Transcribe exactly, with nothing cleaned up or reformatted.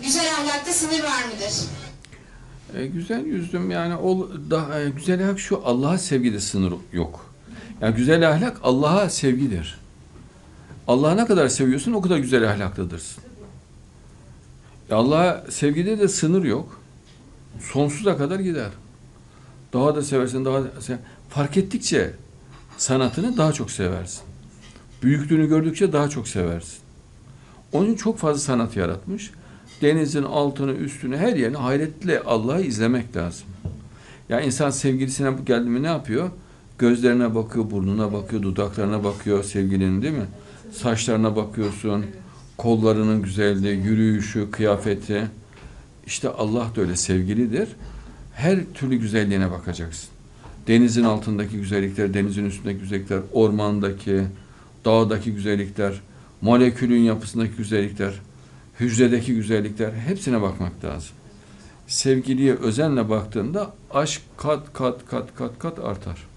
Güzel ahlakta sınır var mıdır? E, güzel yüzdüm yani o da e, güzel ahlak şu Allah'a sevgide sınır yok. Yani güzel ahlak Allah'a sevgidir. Allah'a ne kadar seviyorsun o kadar güzel ahlaklıdırsın. E, Allah'a sevgide de sınır yok. Sonsuza kadar gider. Daha da seversin, daha da sev- fark ettikçe sanatını daha çok seversin. Büyüklüğünü gördükçe daha çok seversin. Onun için çok fazla sanat yaratmış. Denizin altını, üstünü, her yerini hayretle Allah'ı izlemek lazım. Ya insan sevgilisine geldi mi ne yapıyor? Gözlerine bakıyor, burnuna bakıyor, dudaklarına bakıyor sevgilinin değil mi? Saçlarına bakıyorsun, kollarının güzelliği, yürüyüşü, kıyafeti. İşte Allah da öyle sevgilidir. Her türlü güzelliğine bakacaksın. Denizin altındaki güzellikler, denizin üstündeki güzellikler, ormandaki, dağdaki güzellikler, molekülün yapısındaki güzellikler, hücredeki güzellikler hepsine bakmak lazım. Sevgiliye özenle baktığında aşk kat kat kat kat kat artar.